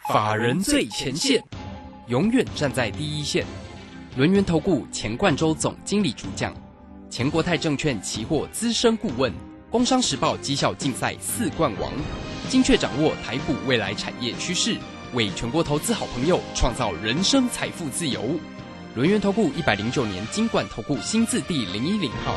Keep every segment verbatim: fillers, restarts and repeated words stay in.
法人最前线，永远站在第一线。轮源投顾钱冠洲总经理主讲，前国泰证券期货资深顾问，工商时报绩效竞赛四冠王，精确掌握台股未来产业趋势，为全国投资好朋友创造人生财富自由。轮源投顾一百零九年金管投顾新字第零一零号。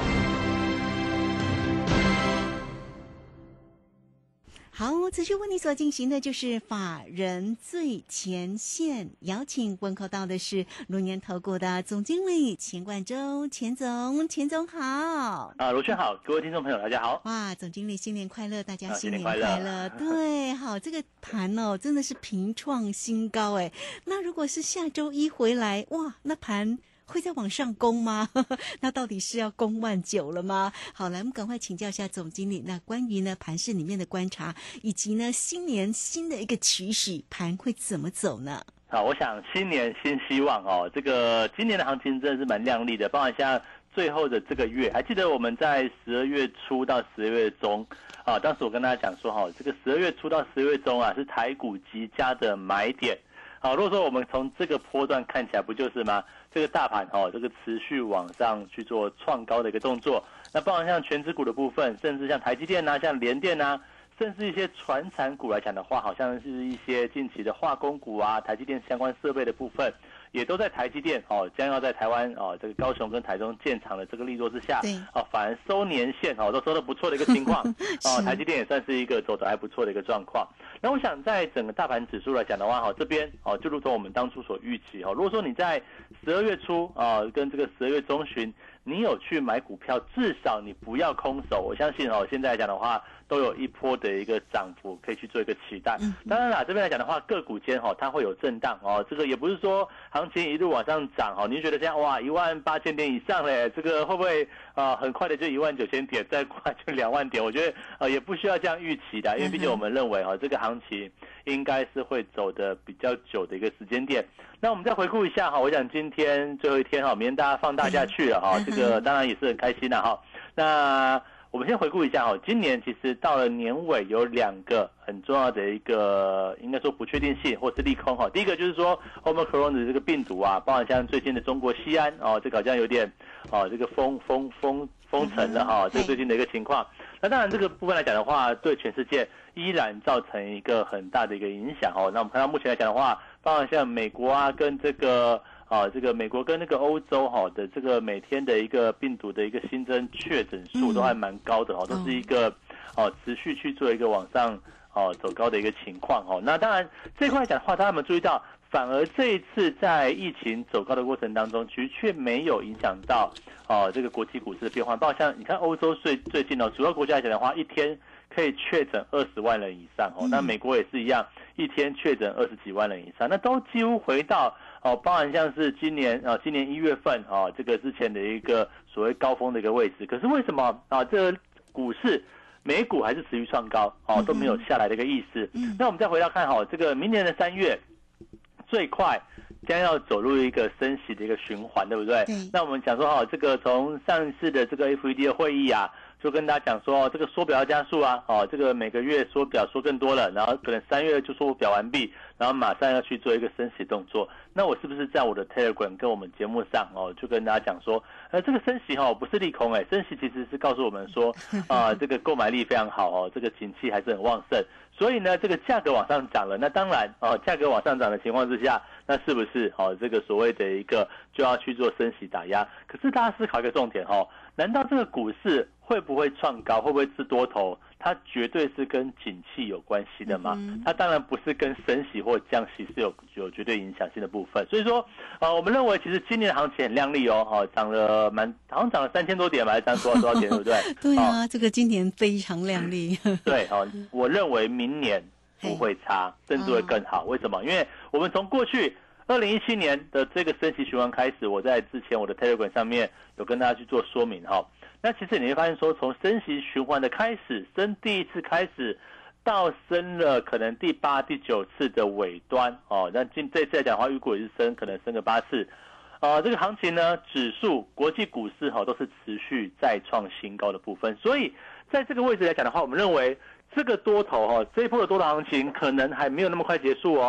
好，持续为你所进行的就是法人最前线，邀请问候到的是轮源投顾的总经理钱冠洲，钱总，钱总好。 啊，罗轩好，各位听众朋友大家好。 哇，总经理新年快乐，大家啊新年快乐。 新年快乐对，好，这个盘哦真的是频创新高哎。那如果是下周一回来，哇，那盘会再往上攻吗？那到底是要攻万九了吗？好，来，我们赶快请教一下总经理。那关于呢盘市里面的观察，以及呢新年新的一个期许，盘会怎么走呢？ 好，我想新年新希望哦，这个今年的行情真的是蛮亮丽的，包含像最后的这个月，还记得我们在十二月初到十二月中啊，当时我跟大家讲说哈，这个十二月初到十二月中啊是台股极佳的买点。好，如果说我们从这个波段看起来，不就是吗？这个大盘哦，这个持续往上去做创高的一个动作，那包含像全指股的部分，甚至像台积电啊、像联电啊，甚至一些传产股来讲的话，好像是一些近期的化工股啊、台积电相关设备的部分，也都在台积电哦将要在台湾哦这个高雄跟台中建厂的这个力作之下，哦反而收年线哦都收得不错的一个情况哦，台积电也算是一个走得还不错的一个状况。那我想在整个大盘指数来讲的话，哈这边哦就如同我们当初所预期哦，如果说你在十二月初啊跟这个十二月中旬，你有去买股票，至少你不要空手，我相信哦现在来讲的话，都有一波的一个涨幅可以去做一个期待。当然啦，这边来讲的话，个股间哈、哦、它会有震荡哦，这个也不是说行情一路往上涨哦，您觉得这样哇一万八千点以上嘞，这个会不会啊、呃、很快的就一万九千点，再快就两万点？我觉得呃也不需要这样预期的，因为毕竟我们认为哈、哦、这个行情应该是会走的比较久的一个时间点。那我们再回顾一下哈，我想今天最后一天哈，明天大家放大假去了哈，这个当然也是很开心的哈。那我们先回顾一下哈，今年其实到了年尾有两个很重要的一个，应该说不确定性或是利空哈。第一个就是说 Omicron 的这个病毒啊，包含像最近的中国西安哦，这个好像有点哦这个封封封封城了哈，这个最近的一个情况。那当然这个部分来讲的话，对全世界依然造成一个很大的一个影响哦。那我们看到目前来讲的话，包含像美国啊跟这个。啊，这个美国跟那个欧洲哈的这个每天的一个病毒的一个新增确诊数都还蛮高的哦，都是一个哦持续去做一个往上哦走高的一个情况哦。那当然这一块来讲的话，大家有没有注意到，反而这一次在疫情走高的过程当中，其实却没有影响到哦这个国际股市的变化。包括像你看欧洲最最近哦，主要国家来讲的话，一天可以确诊二十万人以上哦，那美国也是一样，一天确诊二十几万人以上，那都几乎回到。哦，包含像是今年啊，今年一月份啊，这个之前的一个所谓高峰的一个位置。可是为什么啊，这个股市美股还是持续创高，哦，都没有下来的一个意思。嗯、那我们再回到看哈，这个明年的三月最快将要走入一个升息的一个循环，对不对？对。那我们讲说哈，这个从上一次的这个 F E D 的会议啊。就跟大家讲说，这个缩表要加速啊，哦，这个每个月缩表缩更多了，然后可能三月就缩表完毕，然后马上要去做一个升息动作。那我是不是在我的 Telegram 跟我们节目上哦，就跟大家讲说，呃，这个升息哈、哦、不是利空哎，升息其实是告诉我们说，啊、呃，这个购买力非常好哦，这个景气还是很旺盛。所以呢，这个价格往上涨了，那当然哦，价格往上涨的情况之下，那是不是哦，这个所谓的一个就要去做升息打压？可是大家思考一个重点哦，难道这个股市会不会创高，会不会是多头？它绝对是跟景气有关系的嘛？嗯、它当然不是跟升息或降息是有有绝对影响性的部分。所以说，呃，我们认为其实今年的行情很亮丽哦，哈、哦，涨了蛮，好像涨了三千多点吧，还是涨多少多少点，对不对？ 对啊、哦，这个今年非常亮丽。 对，哦，我认为明年不会差，甚至会更好。为什么？因为我们从过去二零一七年的这个升息循环开始，我在之前我的 Telegram 上面有跟大家去做说明哈。那其实你会发现说，从升息循环的开始，升第一次开始，到升了可能第八、第九次的尾端哦。那今这次来讲的话，预估也是升，可能升个八次。呃，这个行情呢，指数、国际股市哈、哦、都是持续再创新高的部分。所以在这个位置来讲的话，我们认为这个多头哈、哦，这一波的多头行情可能还没有那么快结束哦。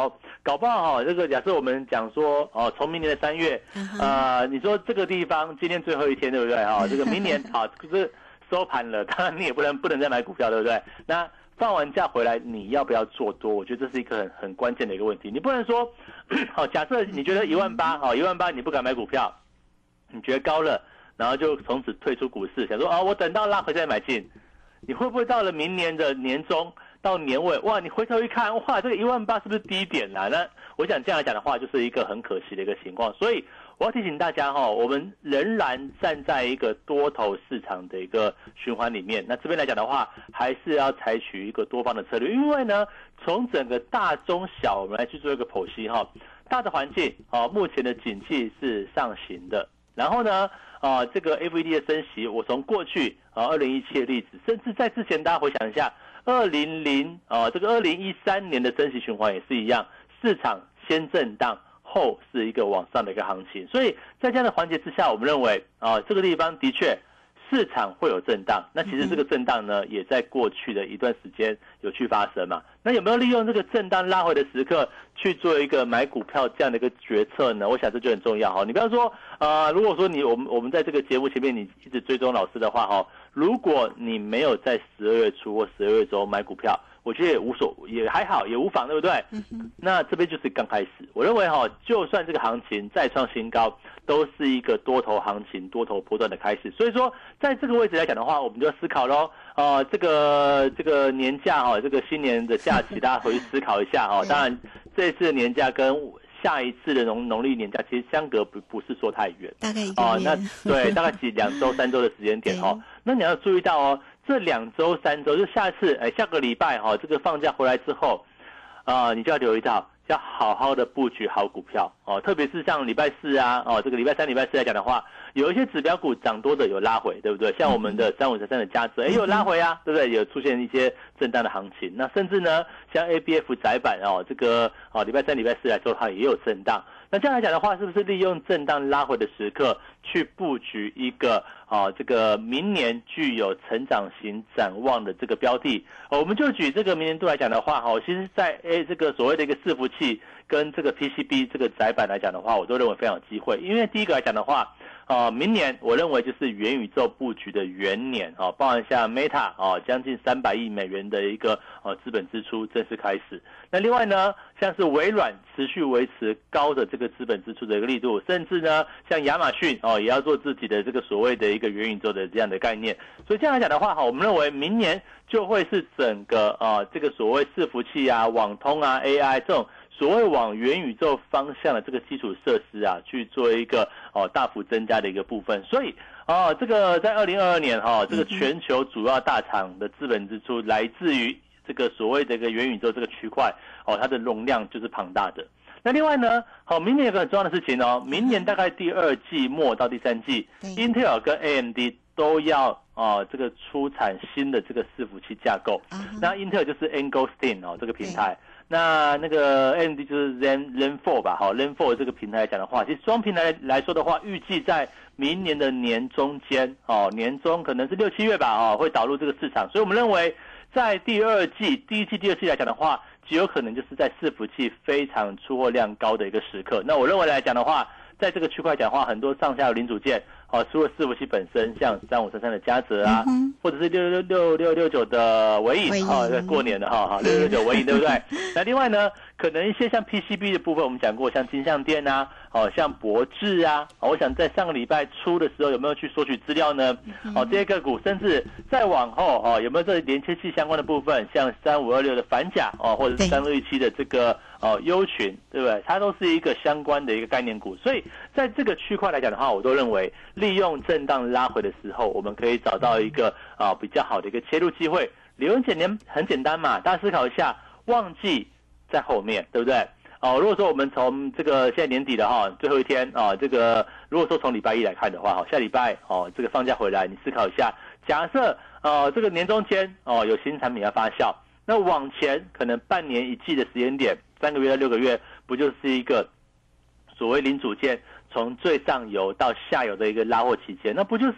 搞不好哈、哦，这个假设我们讲说哦，从明年的三月，呃，你说这个地方今天最后一天，对不对哈、哦？这个明年啊，就是收盘了，当然你也不能不能再买股票，对不对？那放完假回来，你要不要做多？我觉得这是一个很很关键的一个问题。你不能说，好，假设你觉得一万八，好，一万八你不敢买股票，你觉得高了，然后就从此退出股市，想说啊，我等到拉回再买进。你会不会到了明年的年中到年尾，哇，你回头一看，哇，这个一万八是不是低点啦、啊？那我想这样来讲的话，就是一个很可惜的一个情况。所以我要提醒大家哈、哦，我们仍然站在一个多头市场的一个循环里面。那这边来讲的话，还是要采取一个多方的策略，因为呢，从整个大中小，我们来去做一个剖析哈、哦。大的环境啊，目前的景气是上行的。然后呢，啊，这个 F E D 的升息，我从过去啊二零一七的例子，甚至在之前，大家回想一下，二零零啊这个二零一三年的升息循环也是一样，市场先震荡，后是一个往上的一个行情。所以在这样的环节之下，我们认为啊这个地方的确市场会有震荡。那其实这个震荡呢，也在过去的一段时间有去发生嘛。那有没有利用这个震荡拉回的时刻去做一个买股票这样的一个决策呢？我想这就很重要哈。你不要说，呃，如果说你我们我们在这个节目前面你一直追踪老师的话哈，如果你没有在十二月初或十二月中买股票，我觉得也无所也还好，也无妨，对不对？嗯、那这边就是刚开始，我认为哈，就算这个行情再创新高，都是一个多头行情、多头波段的开始。所以说，在这个位置来讲的话，我们就要思考咯。呃，这个这个年假哈、哦，这个新年的假期，大家回去思考一下哈、哦。当然，这一次的年假跟下一次的农农历年假其实相隔不不是说太远， 大概一个月。 哦，那对，大概几两周、三周的时间点哦。那你要注意到哦，这两周、三周，就下次哎下个礼拜哈、哦，这个放假回来之后，啊、呃，你就要留意到。要好好的布局好股票哦，特别是像礼拜四啊，哦，这个礼拜三、礼拜四来讲的话，有一些指标股涨多的有拉回，对不对？像我们的三五三三的嘉泽，哎，有拉回啊，对不对？有出现一些震荡的行情。那甚至呢，像 A B F 窄板哦，这个哦，礼拜三、礼拜四来说的话，也有震荡。那这样来讲的话，是不是利用震荡拉回的时刻去布局一个啊这个明年具有成长型展望的这个标的？哦、我们就举这个明年度来讲的话，哈，其实在 A 这个所谓的一个伺服器跟这个 P C B 这个载板来讲的话，我都认为非常有机会。因为第一个来讲的话，啊，明年我认为就是元宇宙布局的元年啊，包含像 Meta 啊，将近三百亿美元的一个呃资本支出正式开始。那另外呢，像是微软持续维持高的这个资本支出的一个力度，甚至呢，像亚马逊哦，也要做自己的这个所谓的一个元宇宙的这样的概念。所以这样来讲的话，哈，我们认为明年就会是整个啊这个所谓伺服器啊、网通啊、A I 这种。所谓往元宇宙方向的这个基础设施啊，去做一个哦大幅增加的一个部分，所以哦这个在二零二二年哈、哦，这个全球主要大厂的资本支出来自于这个所谓的一个元宇宙这个区块哦，它的容量就是庞大的。那另外呢，好，明年有个很重要的事情哦，明年大概第二季末到第三季 ，Intel 跟 A M D 都要啊、哦、这个出产新的这个伺服器架构。Uh-huh. 那 Intel 就是 Angosteen 哦这个平台。那那个 A M D 就是 Zen Zen 四吧，好 Zen 四这个平台来讲的话，其实双平台来说的话，预计在明年的年中间，哦，年中可能是六七月吧，哦，会导入这个市场。所以我们认为，在第二季、第一季、第二季来讲的话，极有可能就是在伺服器非常出货量高的一个时刻。那我认为来讲的话，在这个区块讲的话，很多上下游零组件，哦，除了伺服器本身，像三五三三的嘉泽啊，嗯、或者是六六六六六九的微影，哈、哦，过年的哈，哈，六六九微影，对不对？那另外呢，可能一些像 P C B 的部分，我们讲过，像金像电啊，哦，像博智啊，哦，我想在上个礼拜初的时候有没有去索取资料呢？哦，这些个股，甚至再往后，哦，有没有这连接器相关的部分，像三五二六的反甲，哦，或者是三六一七的这个哦优群，对不对？它都是一个相关的一个概念股，所以在这个区块来讲的话，我都认为利用震荡拉回的时候，我们可以找到一个啊、哦、比较好的一个切入机会。理由简单，很简单嘛，大家思考一下，旺季在后面，对不对？哦，如果说我们从这个现在年底的哈最后一天啊、哦，这个如果说从礼拜一来看的话，哈，下礼拜哦这个放假回来，你思考一下，假设呃这个年中间哦有新产品要发酵，那往前可能半年一季的时间点，三个月到六个月，不就是一个所谓零组件从最上游到下游的一个拉货期间，那不就是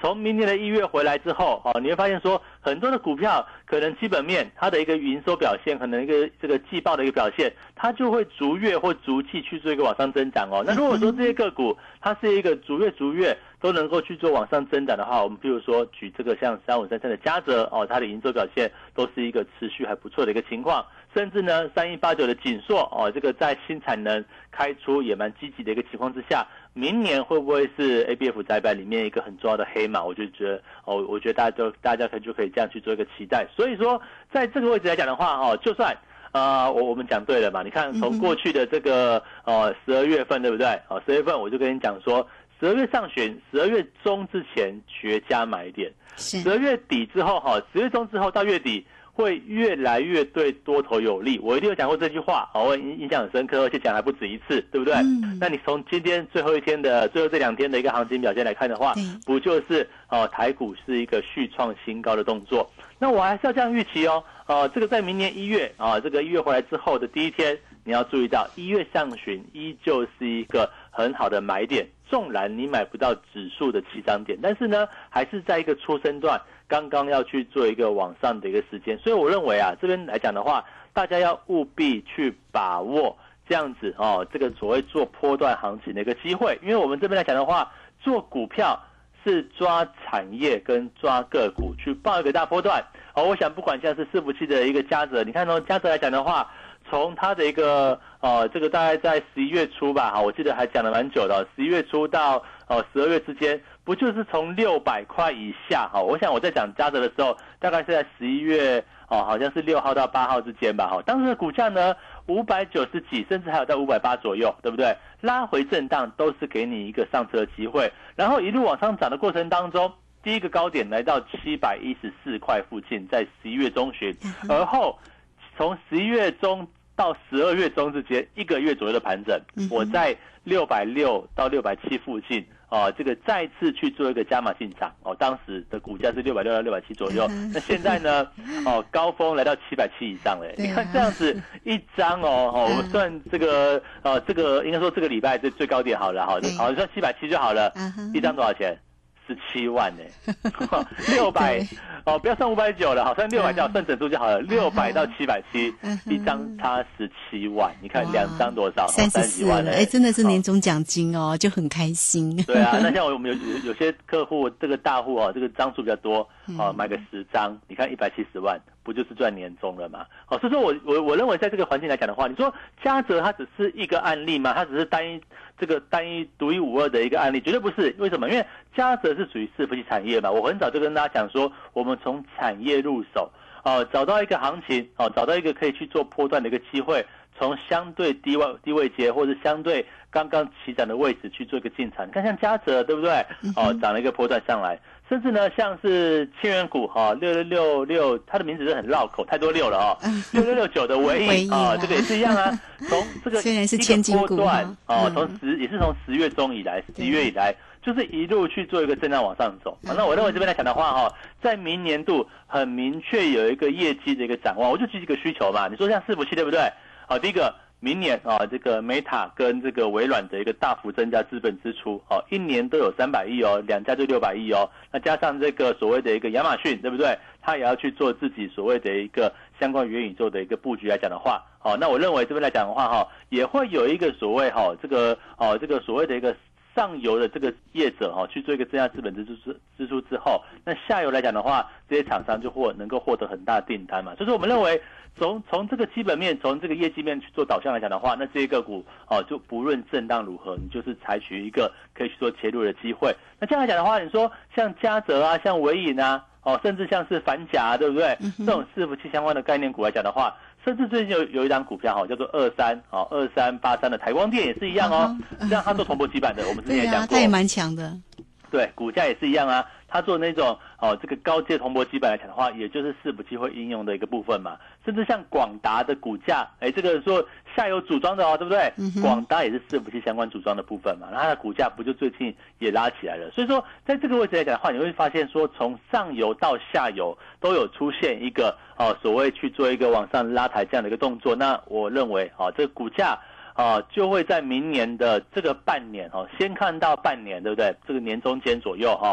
从明年的一月回来之后，哦，你会发现说很多的股票可能基本面它的一个营收表现，可能一个这个季报的一个表现，它就会逐月或逐季去做一个往上增长哦。那如果说这些个股它是一个逐月逐月都能够去做往上增长的话，我们比如说举这个像三五三三的嘉泽哦，它的营收表现都是一个持续还不错的一个情况。甚至呢，三一八九的锦硕哦，这个在新产能开出也蛮积极的一个情况之下，明年会不会是 A B F 载板里面一个很重要的黑马？我就觉得哦，我觉得大家都大家可能就可以这样去做一个期待。所以说，在这个位置来讲的话，哦，就算呃我我们讲对了嘛，你看从过去的这个呃十二月份对不对？哦，十二月份我就跟你讲说，十二月上旬、十二月中之前绝佳买点，十二月底之后哈，十月中之后到月底。会越来越对多头有利，我一定有讲过这句话，我印象很深刻，而且讲还不止一次，对不对？嗯、那你从今天最后一天的最后这两天的一个行情表现来看的话，不就是哦、呃、台股是一个续创新高的动作？那我还是要这样预期哦，呃，这个在明年一月啊、呃，这个一月回来之后的第一天，你要注意到一月上旬依旧是一个很好的买点，纵然你买不到指数的起涨点，但是呢，还是在一个初升段。刚刚要去做一个往上的一个时间，所以我认为啊，这边来讲的话，大家要务必去把握这样子哦，这个所谓做波段行情的一个机会，因为我们这边来讲的话，做股票是抓产业跟抓个股去报一个大波段哦。我想不管像是伺服器的一个嘉泽，你看哦，嘉泽来讲的话，从它的一个呃这个大概在十一月初吧，哈，我记得还讲了蛮久的，十一月初到呃十二月之间。不就是从六百块以下哈？我想我在讲嘉泽的时候，大概是在十一月哦，好像是六号到八号之间吧哈。当时的股价呢五百九十几，甚至还有在五百八左右，对不对？拉回震荡都是给你一个上车的机会，然后一路往上涨的过程当中，第一个高点来到七百一十四块附近，在十一月中旬，而后从十一月中到十二月中之间一个月左右的盘整，我在六百六到六百七附近。哦，这个再次去做一个加码进场哦，当时的股价是六百六到六百七左右，那现在呢，哦，高峰来到七百七以上了。你看这样子一张哦，哦，我们算这个呃，这个应该说这个礼拜最最高点好了，好，好算七百七就好了，一张多少钱？十七万呢，六百哦，不要算五百九了，好，算六百就好，算整数就好了，六百到七百七，一张差十七万，你看两张多少？ 三十四万了，哎，真的是年终奖金哦，就很开心。 对啊，那像我们有有些客户，这个大户哦，这个张数比较多，哦，买个十张，你看一百七十万。不就是赚年终了吗？好，所以说我我我认为在这个环境来讲的话，你说嘉泽它只是一个案例吗？它只是单一这个单一独一无二的一个案例，绝对不是。为什么？因为嘉泽是属于伺服器产业嘛。我很早就跟大家讲说，我们从产业入手，哦，找到一个行情，哦，找到一个可以去做波段的一个机会，从相对低位低位阶或者相对刚刚起涨的位置去做一个进场。你看像嘉泽对不对？哦，涨了一个波段上来。甚至呢，像是千元股哈，六六六六，它的名字是很绕口，太多六了哦。六六六九的微影啊，这个也是一样啊。从这个虽然是千金股啊，从十也是从十月中以来，十一月以来，就是一路去做一个震荡往上走。那我认为这边来讲的话哈，在明年度很明确有一个业绩的一个展望，我就举几个需求嘛。你说像伺服器对不对？好，第一个。明年啊，这个 Meta 跟这个微软的一个大幅增加资本支出，哦，一年都有三百亿哦，两家就六百亿哦。那加上这个所谓的一个亚马逊，对不对？它也要去做自己所谓的一个相关元宇宙的一个布局来讲的话，哦，那我认为这边来讲的话，哈，也会有一个所谓哈这个哦这个所谓的一个上游的这个业者哈去做一个增加资本支出支出之后，那下游来讲的话，这些厂商就获能够获得很大的订单嘛，所以说我们认为。从从这个基本面，从这个业绩面去做导向来讲的话，那这些个股哦，就不论震荡如何，你就是采取一个可以去做切入的机会。那这样来讲的话，你说像嘉泽啊，像微影啊，哦，甚至像是反甲、啊，对不对？嗯、这种伺服器相关的概念股来讲的话，甚至最近有有一档股票哈、哦，叫做二三哦二三八三的台光电也是一样哦，这样它做铜箔基板的，我们之前也讲过， 它也蛮强的。 对，股价也是一样啊。它做那种哦，这个高阶铜箔基板来讲的话，也就是伺服器会应用的一个部分嘛。甚至像广达的股价，哎，这个说下游组装的哦，对不对？嗯、广达也是伺服器相关组装的部分嘛，那它的股价不就最近也拉起来了？所以说，在这个位置来讲的话，你会发现说，从上游到下游都有出现一个哦，所谓去做一个往上拉抬这样的一个动作。那我认为哦，这个股价。啊，就会在明年的这个半年哦，先看到半年，对不对？这个年中间左右哈，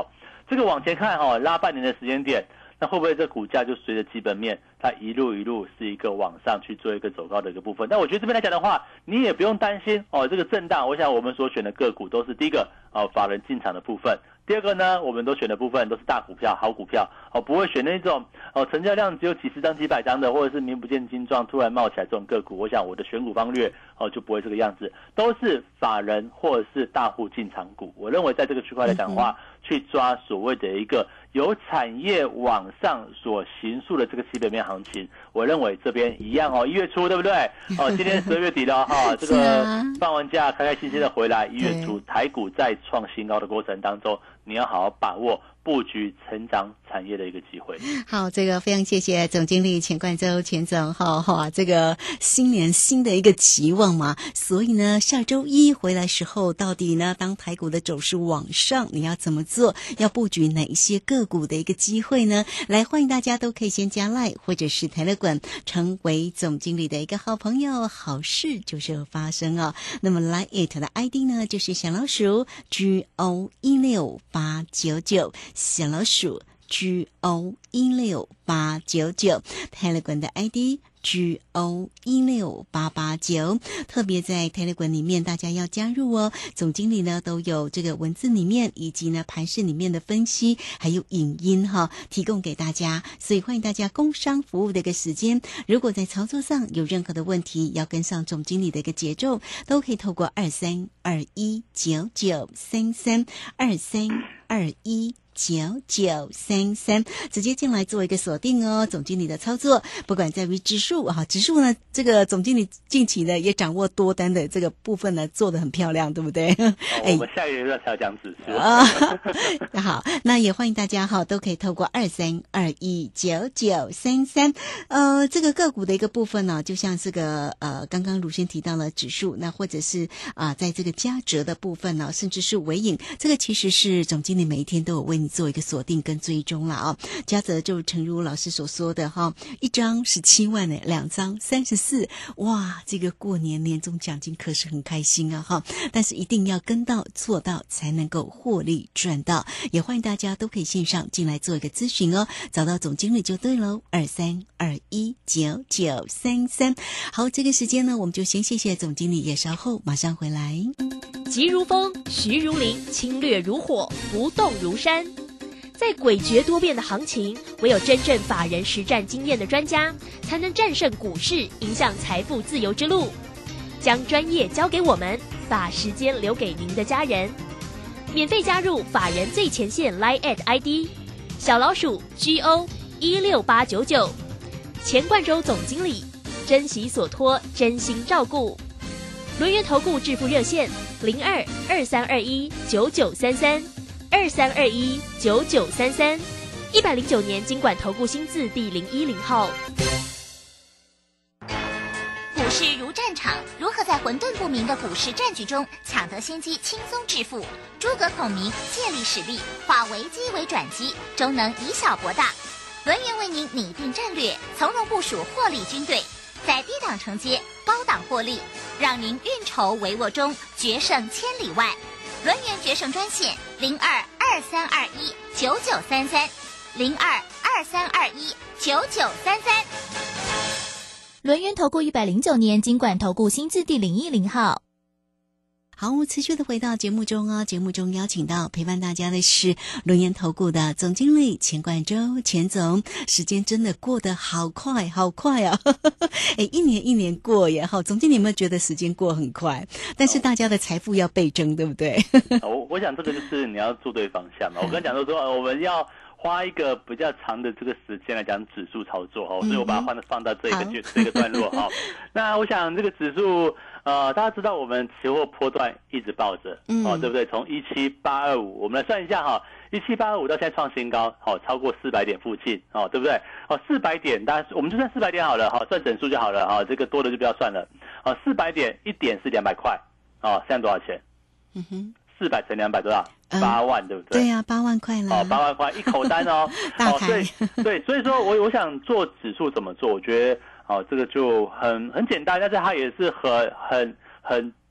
这个往前看哈，拉半年的时间点，那会不会这股价就随着基本面，它一路一路是一个往上去做一个走高的一个部分？但我觉得这边来讲的话，你也不用担心哦，这个震荡，我想我们所选的个股都是第一个哦，法人进场的部分。第二个呢，我们都选的部分都是大股票、好股票，哦，不会选那种哦成交量只有几十张、几百张的，或者是名不见经传突然冒起来这种个股。我想我的选股方略哦就不会这个样子，都是法人或者是大户进场股。我认为在这个区块来讲的话，嗯、去抓所谓的一个由产业往上所形塑的这个基本面行情，我认为这边一样哦，一月初对不对？哦，今天十二月底了哈、哦，这个放完假开开心心的回来，一月初台股再创新高的过程当中。你要好好把握布局成长产业的一个机会。 好，这个非常谢谢总经理钱冠周钱总，好好，这个新年新的一个期望嘛，所以呢，下周一回来时候，到底呢，当台股的走势往上，你要怎么做？要布局哪一些个股的一个机会呢？来，欢迎大家都可以先加 LINE 或者是Telegram，成为总经理的一个好朋友，好事就是发生哦。那么 LINE 的 I D 呢，就是小老鼠 G O 一六八九九，小老鼠 G O 一六八九九， Telegram 的 I D G O 一六八八九， 特别在 Telegram 里面大家要加入哦，总经理呢都有这个文字里面以及呢盘势里面的分析还有影音哈，提供给大家，所以欢迎大家工商服务的一个时间，如果在操作上有任何的问题，要跟上总经理的一个节奏，都可以透过二三二一九九三三 二三二一九九三三直接进来做一个锁定哦。总经理的操作不管在于指数啊，指数呢这个总经理近期呢也掌握多单的这个部分呢做得很漂亮，对不对？ 哦、我们下一个月才要讲指数啊。好，那也欢迎大家哈都可以透过二三二一九九三三呃这个个股的一个部分呢，就像这个呃刚刚鲁先提到了指数，那或者是啊、呃、在这个嘉泽的部分呢，甚至是微影，这个其实是总经理每一天都有为你做一个锁定跟追踪了啊。嘉泽就诚如老师所说的哈，一张十七万呢，两张三十四，哇，这个过年年终奖金可是很开心啊哈！但是一定要跟到做到，才能够获利赚到。也欢迎大家都可以线上进来做一个咨询哦，找到总经理就对喽，二三二一九九三三。好，这个时间呢，我们就先谢谢总经理，也稍后马上回来。 急如风，徐如林，侵略如火，不动如山。在诡谲多变的行情，唯有真正法人实战经验的专家，才能战胜股市，迎向财富自由之路。将专业交给我们，把时间留给您的家人。免费加入法人最前线 Line at I D 小老鼠 G O 一六八九九，钱冠周总经理，珍惜所托，真心照顾。轮源投顾致富热线零二二三二一九九三三。二三二一九九三三，一百零九年金管投顾新字第零一零号。 股市如战场，如何在混沌不明的股市战局中抢得先机，轻松致富？诸葛孔明借力使力，化危机为转机，终能以小博大。轮源为您拟定战略，从容部署获利军队，在低档承接，高档获利，让您运筹帷幄中决胜千里外。轮源决胜专线零二二三二一九九三三零二二三二一九九三三。 轮源投顾一百零九年金管投顾新字第零一零号。 好，持续的回到节目中哦。节目中邀请到陪伴大家的是轮源投顾的总经理钱冠周钱总。时间真的过得好快好快啊！哎，一年一年过耶。好，总经理有没有觉得时间过很快？但是大家的财富要倍增，对不对？ 我我想这个就是你要做对方向嘛。我刚讲说说我们要花一个比较长的这个时间来讲指数操作哈，所以我把它放到放到这个就这个段落哈。那我想这个指数呃，大家知道我们期货波段一直抱着，嗯，哦，对不对？从一七八二五，我们来算一下哈，一七八二五到现在创新高，好、哦，超过四百点附近，哦，对不对？哦，四百点，大家我们就算四百点好了，好、哦，算整数就好了，哈、哦，这个多的就不要算了，哦，四百点一点是两百块，哦，现在多少钱？嗯哼，四百乘两百多少？八万，对不对？ 对呀、啊，八万块啦。 哦，八万块一口单哦， 大哦，对对，所以说我我想做指数怎么做？我觉得哦，这个就很很简单，但是它也是很很很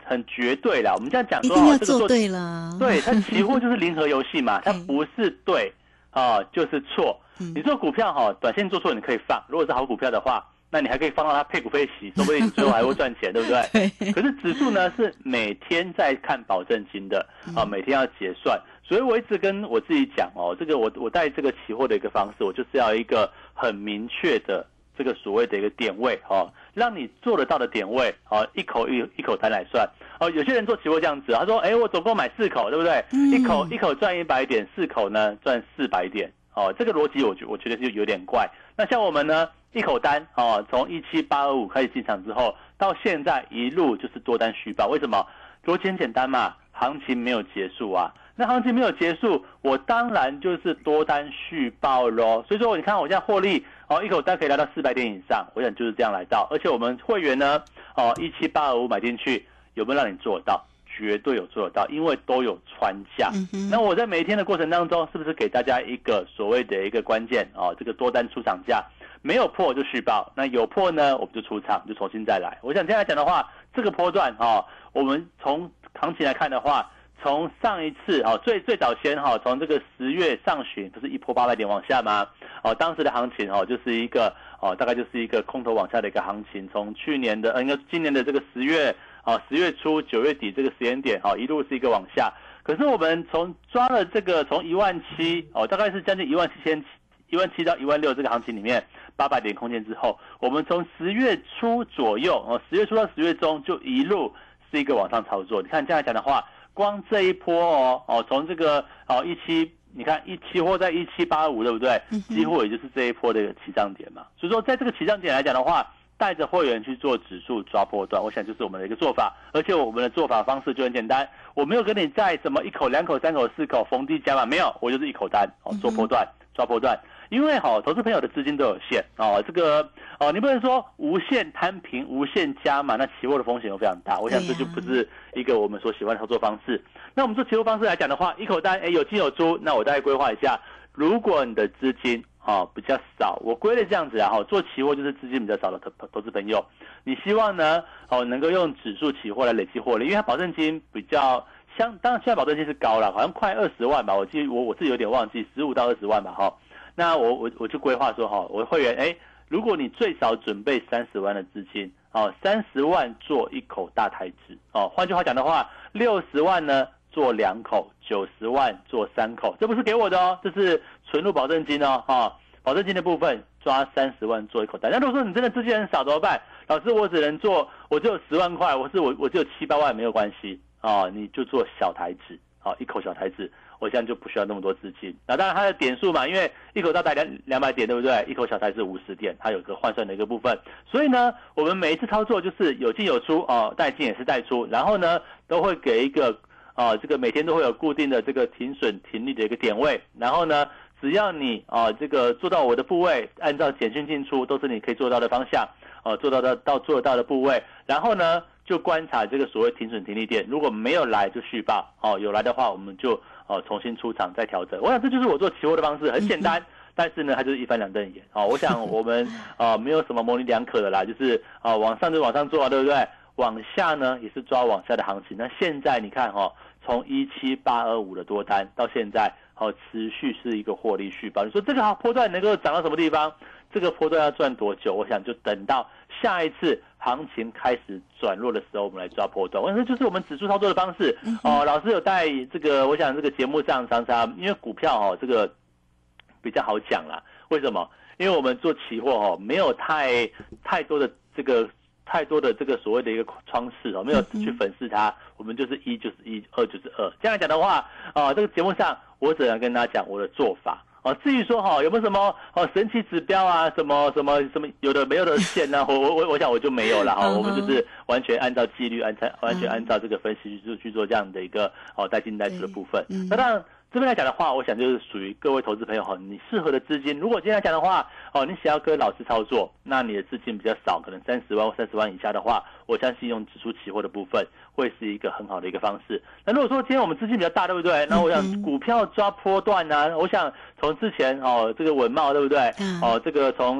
很绝对啦。我们这样讲说， 一定要这个做对了。 对，它期货就是零和游戏嘛，它不是对啊、哦、就是错。 嗯、 你做股票哈、哦，短线做错你可以放，如果是好股票的话，那你还可以放到它配股配息，说不定你最后还会赚钱，对不对？ 对。 可是指数呢是每天在看保证金的啊、哦，每天要结算，所以我一直跟我自己讲哦，这个我我带这个期货的一个方式，我就是要一个很明确的这个所谓的一个点位哦，让你做得到的点位哦，一口一一口单来算哦。有些人做期货这样子，他说，哎，我总共买四口，对不对？嗯、一口一口赚一百点，四口呢赚四百点。哦，这个逻辑我觉我觉得是有点怪。那像我们呢，一口单哦，从一七八二五开始进场之后，到现在一路就是多单续报。为什么？逻辑很简单嘛，行情没有结束啊。那行情没有结束，我当然就是多单续报咯。所以说，你看我现在获利哦，一口单可以来到四百点以上，我想就是这样来到。而且我们会员呢，哦一七八二五买进去，有没有让你做得到？绝对有做得到，因为都有穿价。嗯、那我在每一天的过程当中，是不是给大家一个所谓的一个关键哦？这个多单出场价没有破就续报，那有破呢，我们就出场，就重新再来。我想这样来讲的话，这个波段哦，我们从行情来看的话，从上一次哦，最最早先哈、哦，从这个十月上旬不是一波八百点往下吗？哦，当时的行情哦，就是一个哦，大概就是一个空头往下的一个行情。从去年的呃，应该今年的这个十月。哦，十月初、九月底这个时间点，哦，一路是一个往下。可是我们从抓了这个从一万七，哦，大概是将近一万七千、一万七到一万六这个行情里面八百点空间之后，我们从十月初左右，哦，十月初到十月中就一路是一个往上操作。你看这样讲的话，光这一波哦，哦，从这个哦一七，你看一期货在一七八五，对不对？几乎也就是这一波的一个起涨点嘛。所以说，在这个起涨点来讲的话，带着会员去做指数抓波段，我想就是我们的一个做法，而且我们的做法方式就很简单，我没有跟你在什么一口、两口、三口、四口逢低加码，没有，我就是一口单哦，做波段、抓波段。因为哈、哦，投资朋友的资金都有限哦，这个哦，你不能说无限摊平、无限加码，那期货的风险又非常大。我想这就不是一个我们所喜欢的操作方式。那我们做期货方式来讲的话，一口单，哎，有进有出，那我大概规划一下，如果你的资金哦，比较少，我归类这样子啊，哈，做期货就是资金比较少的投投资朋友，你希望呢，哦，能够用指数期货来累积获利，因为它保证金比较相，当然现在保证金是高了，好像快二十万吧，我记我我自己有点忘记，十五到二十万吧，哈，那我我我就规划说，哈，我的会员，哎，如果你最少准备三十万的资金，哦，三十万做一口大台子，哦，换句话讲的话，六十万呢做两口，九十万做三口，这不是给我的哦，这是存入保证金哦，哈、哦，保证金的部分抓三十万做一口单。那如果说你真的资金很少怎么办？老师，我只能做，我只有十万块，我是我我只有七八万没有关系哦，你就做小台子，哦，一口小台子，我现在就不需要那么多资金。那当然它的点数嘛，因为一口大台两两百点，对不对？一口小台是五十点，它有一个换算的一个部分。所以呢，我们每一次操作就是有进有出哦，带进也是带出，然后呢都会给一个。啊、哦，这个每天都会有固定的这个停损停利的一个点位，然后呢，只要你啊、哦、这个做到我的部位，按照简讯进出都是你可以做到的方向，哦，做到的到做得到的部位，然后呢就观察这个所谓停损停利点，如果没有来就续报，哦，有来的话我们就哦重新出场再调整。我想这就是我做期货的方式，很简单，但是呢它就是一翻两瞪眼。哦，我想我们啊、呃、没有什么模棱两可的啦，就是啊、呃、往上就往上做啊，对不对？往下呢也是抓往下的行情。那现在你看哈、哦。从一七八二五的多单到现在，好、哦、持续是一个获利续报。你说这个波段能够涨到什么地方？这个波段要赚多久？我想就等到下一次行情开始转弱的时候，我们来抓波段。我想这就是我们指数操作的方式。哦，老师有带这个，我想这个节目上常常因为股票哦，这个比较好讲啦。为什么？因为我们做期货哦，没有太太多的这个。太多的这个所谓的一个窗式哦，没有去粉饰它，我们就是一就是一，二就是二。这样讲的话，啊、呃，这个节目上我只能跟大家讲我的做法哦。至于说哈、哦、有没有什么哦神奇指标啊，什么什么什么有的没有的线呢、啊？我我我我想我就没有了哈、哦，我们就是完全按照纪律，按照完全按照这个分析去去做这样的一个哦带进带出的部分。那当然。这边来讲的话，我想就是属于各位投资朋友哈，你适合的资金。如果今天来讲的话，哦，你想要跟老师操作，那你的资金比较少，可能三十万或三十万以下的话，我相信用指数期货的部分会是一个很好的一个方式。那如果说今天我们资金比较大，对不对？那我想股票抓波段呢、啊，我想从之前哦这个稳懋对不对？哦这个从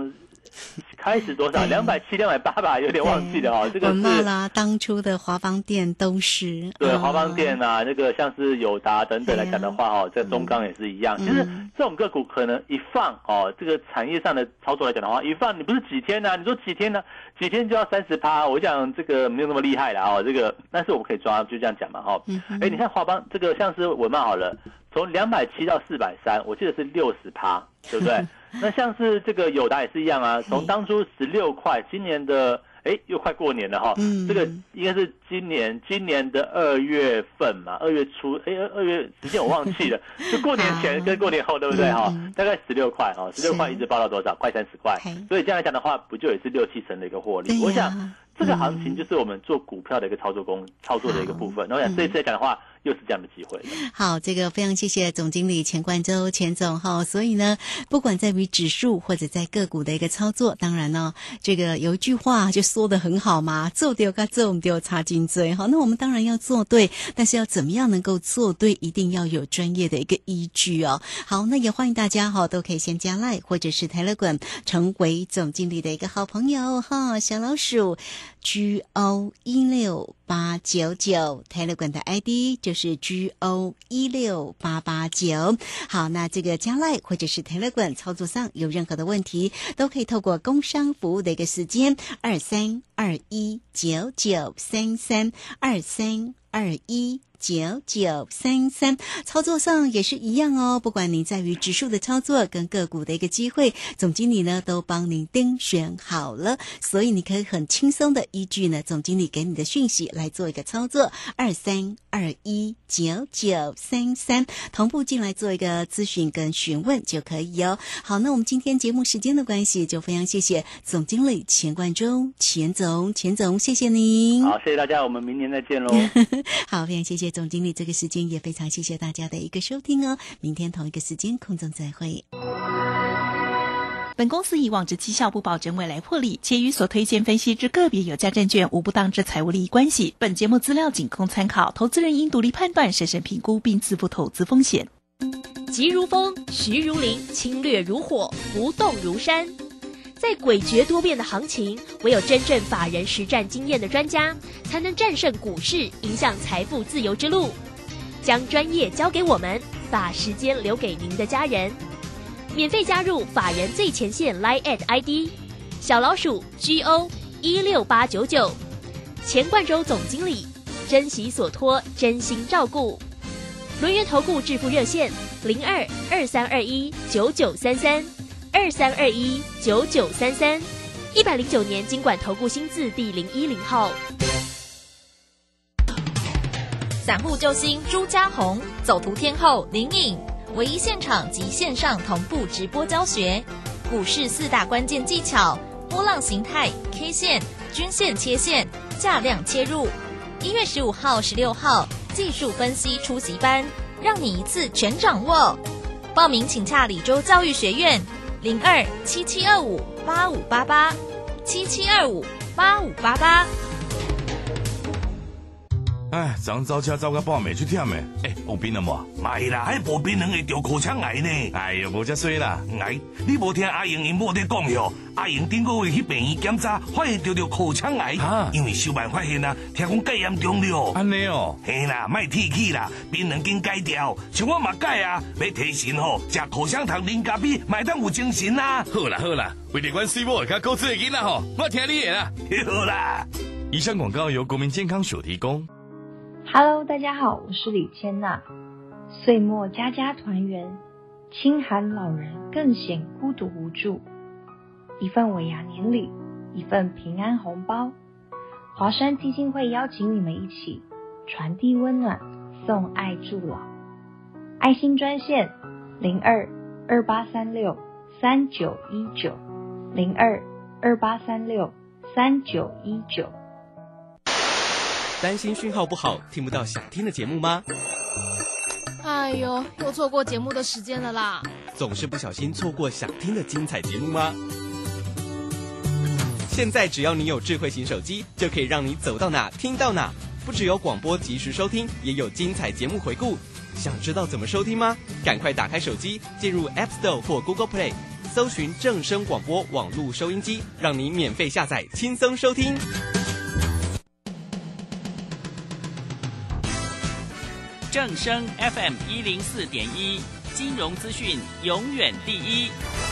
开始多少？两百七、两百八吧，有点忘记了哦。这个是啦，当初的华邦电都是对华邦电啊，那个像是友达等等来讲的话哦，在中钢也是一样。其实这种个股可能一放哦，这个产业上的操作来讲的话，一放你不是几天呢、啊？你说几天呢？几天就要三十趴，我想这个没有那么厉害啦哦。这个但是我们可以抓，就这样讲嘛哈。哎，你看华邦这个像是文茂好了，从两百七到四百三，我记得是六十趴，对不对？那像是这个友达也是一样啊，从当初十六块，今年的哎又快过年了哈，嗯、这个应该是今年今年的二月份嘛，二月初哎二月时间我忘记了，就过年前跟过年后对不对哈？嗯、大概十六块哦，十六块一直报到多少？快三十块，所以这样来讲的话，不就也是六七成的一个获利？我想这个行情就是我们做股票的一个操作工操作的一个部分。那我想这一次来讲的话，又是这样的机会。 好，这个非常谢谢总经理钱冠周钱总哈。所以呢，不管在于指数或者在个股的一个操作，当然呢，这个有一句话就说得很好嘛，做对跟做唔对差劲多。好，那我们当然要做对，但是要怎么样能够做对，一定要有专业的一个依据哦。好，那也欢迎大家哈，都可以先加 LINE 或者是 Telegram 成为总经理的一个好朋友哈。小老鼠 G O 一六八九九 Telegram 的 I D 就是 G O 一六八八九。好，那这个加 LINE 或者是 Telegram 操作上有任何的问题，都可以透过工商服务的一个时间二三二一九九三三二三二一九九三三，操作上也是一样哦。不管您在于指数的操作跟个股的一个机会，总经理呢都帮您盯选好了，所以你可以很轻松的依据呢总经理给你的讯息来做一个操作，二三二一九九三三，同步进来做一个咨询跟询问就可以哦。好，那我们今天节目时间的关系，就非常谢谢总经理钱冠周钱总，钱总谢谢您。 好，谢谢大家，我们明年再见喽。 好，非常谢谢总经理这个时间，也非常谢谢大家的一个收听哦。明天同一个时间空中再会。 本公司以往之绩效不保证未来获利，且与所推荐分析之个别有价证券无不当之财务利益关系。本节目资料仅供参考，投资人应独立判断、审慎评估并自负投资风险。 急如风，徐如林，侵略如火，不动如山。在诡谲多变的行情，唯有真正法人实战经验的专家，才能战胜股市，迎向财富自由之路。将专业交给我们，把时间留给您的家人。免费加入法人最前线 Line at I D 小老鼠 G O 一六八九九，钱冠周总经理，珍惜所托，真心照顾。轮源投顾致富热线零二二三二一九九三三二三二一九九三三，一百零九年金管投顾新字第零一零号。 散户救星朱家红，走图天后林颖，唯一现场及线上同步直播教学，股市四大关键技巧：波浪形态、K 线、均线切线、价量切入。一月十五号、十六号技术分析初级班，让你一次全掌握。报名请洽李州教育学院零二七七二五八五八八七七二五八五八八。 哎，昨昏走车走到半暝去忝诶！哎，有病了无？ 袂啦，迄无病人会得口腔癌呢。 哎呦，无遮衰啦！ 癌，你无听阿英因某在讲哟？阿英顶个月去病院检查，发现得着口腔癌，啊、因为小办发现啊，听讲介严重了。 安尼哦？ 嘿啦，莫提起啦，病人紧改掉，像我嘛改啊，要提神吼，食口香糖、零咖啡，买当有精神啦。 好啦好啦，为了阮水某较高智的囡仔吼，我听你的啦。 好啦， 以上广告由国民健康署提供。 Hello， 大家好，我是李千娜。岁末家家团圆，清寒老人更显孤独无助。一份尾牙年礼，一份平安红包。华山基金会邀请你们一起传递温暖，送爱助老。爱心专线零二二八三六三九一九零二二八三六三九一九。 担心讯号不好，听不到想听的节目吗？ 哎呦，又错过节目的时间了啦！ 总是不小心错过想听的精彩节目吗？现在只要你有智慧型手机，就可以让你走到哪听到哪。不只有广播及时收听，也有精彩节目回顾。想知道怎么收听吗？赶快打开手机，进入 App Store 或 Google Play， 搜寻正声广播网络收音机，让你免费下载，轻松收听。 正声 F M 一零四点一，金融资讯永远第一。